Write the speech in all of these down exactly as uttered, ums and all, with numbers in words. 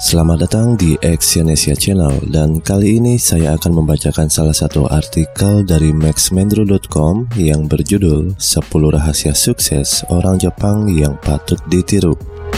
Selamat datang di Exyonesia Channel, dan kali ini saya akan membacakan salah satu artikel dari max mendro dot com yang berjudul sepuluh Rahasia Sukses Orang Jepang yang Patut Ditiru.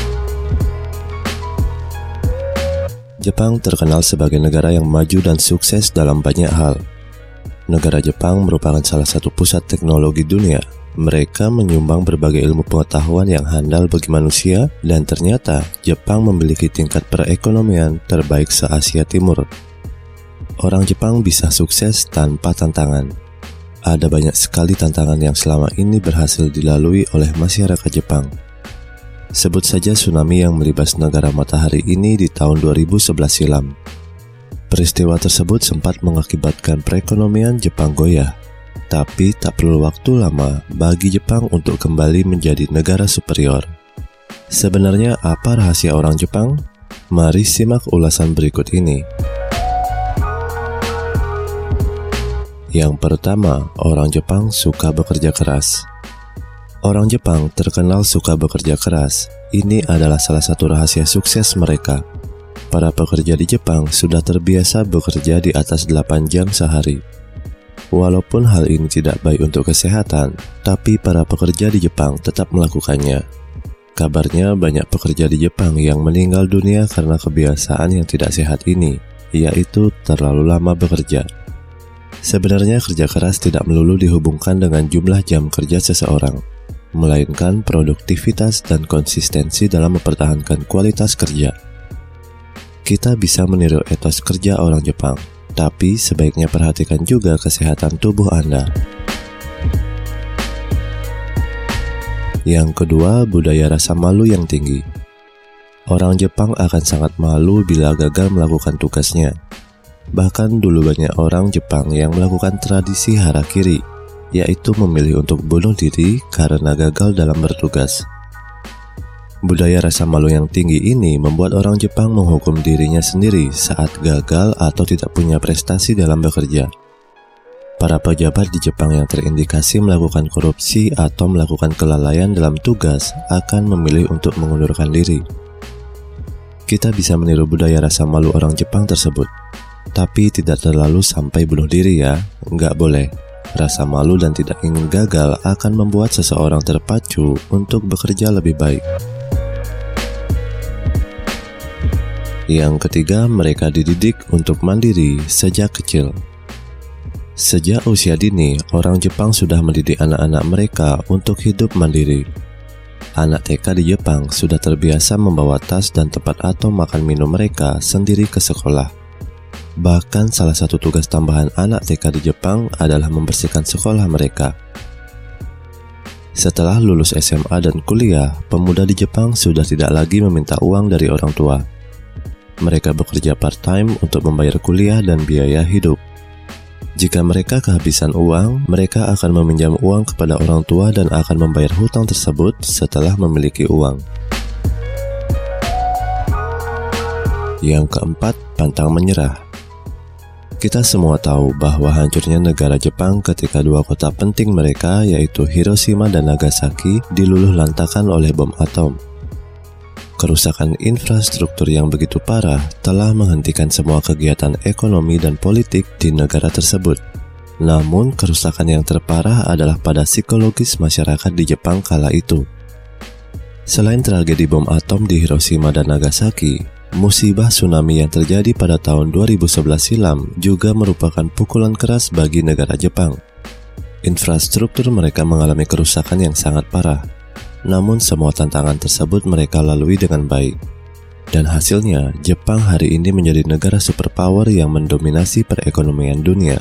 Jepang terkenal sebagai negara yang maju dan sukses dalam banyak hal. Negara Jepang merupakan salah satu pusat teknologi dunia. Mereka menyumbang berbagai ilmu pengetahuan yang handal bagi manusia, dan ternyata Jepang memiliki tingkat perekonomian terbaik se-Asia Timur. Orang Jepang bisa sukses tanpa tantangan. Ada banyak sekali tantangan yang selama ini berhasil dilalui oleh masyarakat Jepang. Sebut saja tsunami yang melibas negara matahari ini di tahun dua ribu sebelas silam. Peristiwa tersebut sempat mengakibatkan perekonomian Jepang goyah. Tapi tak perlu waktu lama bagi Jepang untuk kembali menjadi negara superior. Sebenarnya apa rahasia orang Jepang? Mari simak ulasan berikut ini. Yang pertama, orang Jepang suka bekerja keras. Orang Jepang terkenal suka bekerja keras. Ini adalah salah satu rahasia sukses mereka. Para pekerja di Jepang sudah terbiasa bekerja di atas delapan jam sehari. Walaupun hal ini tidak baik untuk kesehatan, tapi para pekerja di Jepang tetap melakukannya. Kabarnya banyak pekerja di Jepang yang meninggal dunia karena kebiasaan yang tidak sehat ini, yaitu terlalu lama bekerja. Sebenarnya kerja keras tidak melulu dihubungkan dengan jumlah jam kerja seseorang, melainkan produktivitas dan konsistensi dalam mempertahankan kualitas kerja. Kita bisa meniru etos kerja orang Jepang, tapi sebaiknya perhatikan juga kesehatan tubuh Anda. Yang kedua, budaya rasa malu yang tinggi. Orang Jepang akan sangat malu bila gagal melakukan tugasnya. Bahkan dulu banyak orang Jepang yang melakukan tradisi harakiri, yaitu memilih untuk bunuh diri karena gagal dalam bertugas. Budaya rasa malu yang tinggi ini membuat orang Jepang menghukum dirinya sendiri saat gagal atau tidak punya prestasi dalam bekerja. Para pejabat di Jepang yang terindikasi melakukan korupsi atau melakukan kelalaian dalam tugas akan memilih untuk mengundurkan diri. Kita bisa meniru budaya rasa malu orang Jepang tersebut, tapi tidak terlalu sampai bunuh diri ya, nggak boleh. Rasa malu dan tidak ingin gagal akan membuat seseorang terpacu untuk bekerja lebih baik. Yang ketiga, mereka dididik untuk mandiri sejak kecil. Sejak usia dini, orang Jepang sudah mendidik anak-anak mereka untuk hidup mandiri. Anak T K di Jepang sudah terbiasa membawa tas dan tempat atau makan minum mereka sendiri ke sekolah. Bahkan salah satu tugas tambahan anak T K di Jepang adalah membersihkan sekolah mereka. Setelah lulus S M A dan kuliah, pemuda di Jepang sudah tidak lagi meminta uang dari orang tua. Mereka bekerja part-time untuk membayar kuliah dan biaya hidup. Jika mereka kehabisan uang, mereka akan meminjam uang kepada orang tua dan akan membayar hutang tersebut setelah memiliki uang. Yang keempat, pantang menyerah. Kita semua tahu bahwa hancurnya negara Jepang ketika dua kota penting mereka, yaitu Hiroshima dan Nagasaki, diluluhlantakkan oleh bom atom. Kerusakan infrastruktur yang begitu parah telah menghentikan semua kegiatan ekonomi dan politik di negara tersebut. Namun, kerusakan yang terparah adalah pada psikologis masyarakat di Jepang kala itu. Selain tragedi bom atom di Hiroshima dan Nagasaki, musibah tsunami yang terjadi pada tahun dua ribu sebelas silam juga merupakan pukulan keras bagi negara Jepang. Infrastruktur mereka mengalami kerusakan yang sangat parah. Namun semua tantangan tersebut mereka lalui dengan baik. Dan hasilnya, Jepang hari ini menjadi negara superpower yang mendominasi perekonomian dunia.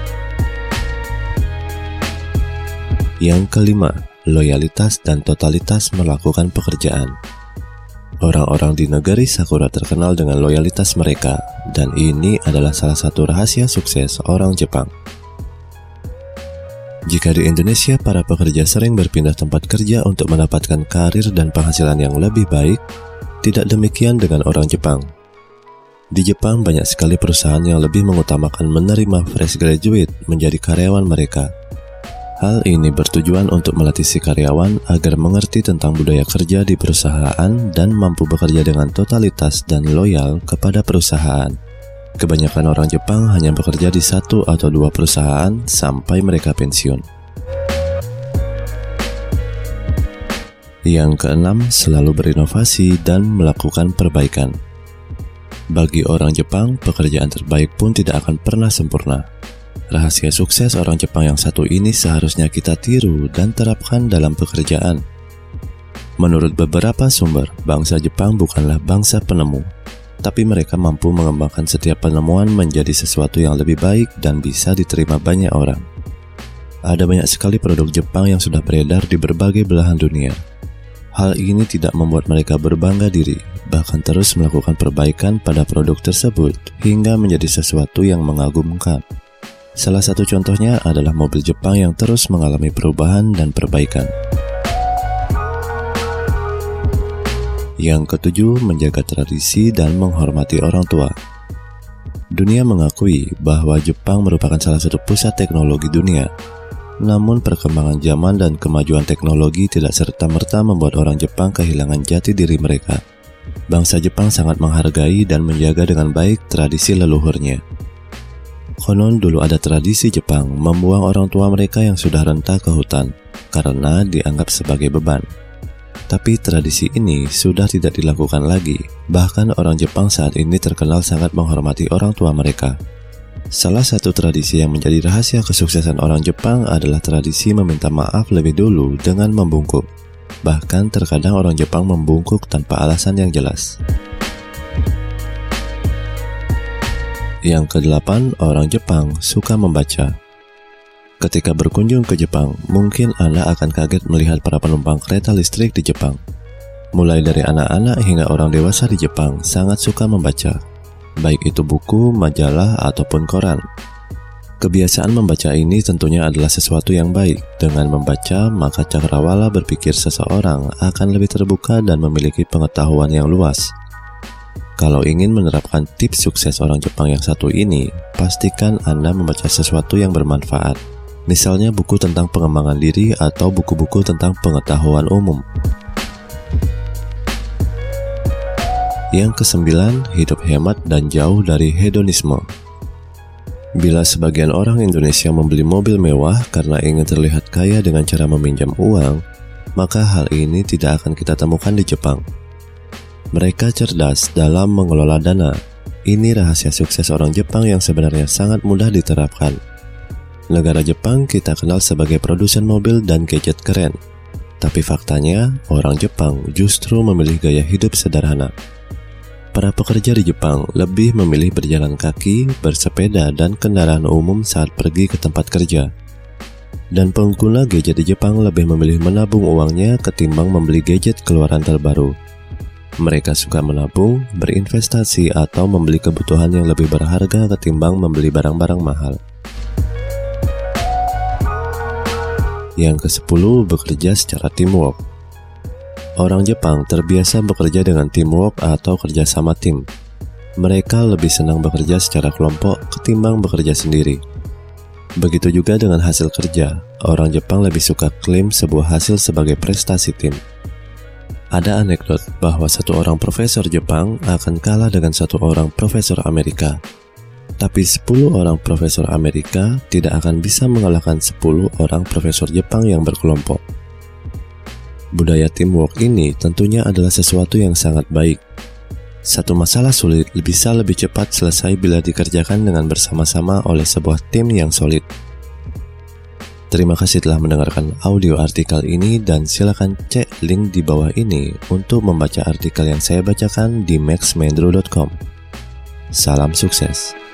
Yang kelima, loyalitas dan totalitas melakukan pekerjaan. Orang-orang di negeri Sakura terkenal dengan loyalitas mereka, dan ini adalah salah satu rahasia sukses orang Jepang. Jika di Indonesia para pekerja sering berpindah tempat kerja untuk mendapatkan karir dan penghasilan yang lebih baik, tidak demikian dengan orang Jepang. Di Jepang banyak sekali perusahaan yang lebih mengutamakan menerima fresh graduate menjadi karyawan mereka. Hal ini bertujuan untuk melatih si karyawan agar mengerti tentang budaya kerja di perusahaan dan mampu bekerja dengan totalitas dan loyal kepada perusahaan. Kebanyakan orang Jepang hanya bekerja di satu atau dua perusahaan sampai mereka pensiun. Yang keenam, selalu berinovasi dan melakukan perbaikan. Bagi orang Jepang, pekerjaan terbaik pun tidak akan pernah sempurna. Rahasia sukses orang Jepang yang satu ini seharusnya kita tiru dan terapkan dalam pekerjaan. Menurut beberapa sumber, bangsa Jepang bukanlah bangsa penemu, tapi mereka mampu mengembangkan setiap penemuan menjadi sesuatu yang lebih baik dan bisa diterima banyak orang. Ada banyak sekali produk Jepang yang sudah beredar di berbagai belahan dunia. Hal ini tidak membuat mereka berbangga diri, bahkan terus melakukan perbaikan pada produk tersebut hingga menjadi sesuatu yang mengagumkan. Salah satu contohnya adalah mobil Jepang yang terus mengalami perubahan dan perbaikan. Yang ketujuh, menjaga tradisi dan menghormati orang tua. Dunia mengakui bahwa Jepang merupakan salah satu pusat teknologi dunia. Namun perkembangan zaman dan kemajuan teknologi tidak serta-merta membuat orang Jepang kehilangan jati diri mereka. Bangsa Jepang sangat menghargai dan menjaga dengan baik tradisi leluhurnya. Konon dulu ada tradisi Jepang membuang orang tua mereka yang sudah renta ke hutan karena dianggap sebagai beban. Tapi tradisi ini sudah tidak dilakukan lagi. Bahkan orang Jepang saat ini terkenal sangat menghormati orang tua mereka. Salah satu tradisi yang menjadi rahasia kesuksesan orang Jepang adalah tradisi meminta maaf lebih dulu dengan membungkuk. Bahkan terkadang orang Jepang membungkuk tanpa alasan yang jelas. Yang kedelapan, orang Jepang suka membaca. Ketika berkunjung ke Jepang, mungkin Anda akan kaget melihat para penumpang kereta listrik di Jepang. Mulai dari anak-anak hingga orang dewasa di Jepang sangat suka membaca, baik itu buku, majalah, ataupun koran. Kebiasaan membaca ini tentunya adalah sesuatu yang baik. Dengan membaca, maka cakrawala berpikir seseorang akan lebih terbuka dan memiliki pengetahuan yang luas. Kalau ingin menerapkan tips sukses orang Jepang yang satu ini, pastikan Anda membaca sesuatu yang bermanfaat. Misalnya buku tentang pengembangan diri atau buku-buku tentang pengetahuan umum. Yang kesembilan, hidup hemat dan jauh dari hedonisme. Bila sebagian orang Indonesia membeli mobil mewah karena ingin terlihat kaya dengan cara meminjam uang, maka hal ini tidak akan kita temukan di Jepang. Mereka cerdas dalam mengelola dana. Ini rahasia sukses orang Jepang yang sebenarnya sangat mudah diterapkan. Negara Jepang kita kenal sebagai produsen mobil dan gadget keren. Tapi faktanya, orang Jepang justru memilih gaya hidup sederhana. Para pekerja di Jepang lebih memilih berjalan kaki, bersepeda, dan kendaraan umum saat pergi ke tempat kerja. Dan pengguna gadget di Jepang lebih memilih menabung uangnya ketimbang membeli gadget keluaran terbaru. Mereka suka menabung, berinvestasi, atau membeli kebutuhan yang lebih berharga ketimbang membeli barang-barang mahal. Yang kesepuluh, bekerja secara teamwork. Orang Jepang terbiasa bekerja dengan teamwork atau kerja sama tim. Mereka lebih senang bekerja secara kelompok ketimbang bekerja sendiri. Begitu juga dengan hasil kerja, orang Jepang lebih suka klaim sebuah hasil sebagai prestasi tim. Ada anekdot bahwa satu orang profesor Jepang akan kalah dengan satu orang profesor Amerika. Tapi sepuluh orang profesor Amerika tidak akan bisa mengalahkan sepuluh orang profesor Jepang yang berkelompok. Budaya teamwork ini tentunya adalah sesuatu yang sangat baik. Satu masalah sulit bisa lebih cepat selesai bila dikerjakan dengan bersama-sama oleh sebuah tim yang solid. Terima kasih telah mendengarkan audio artikel ini dan silakan cek link di bawah ini untuk membaca artikel yang saya bacakan di max mendro dot com. Salam sukses.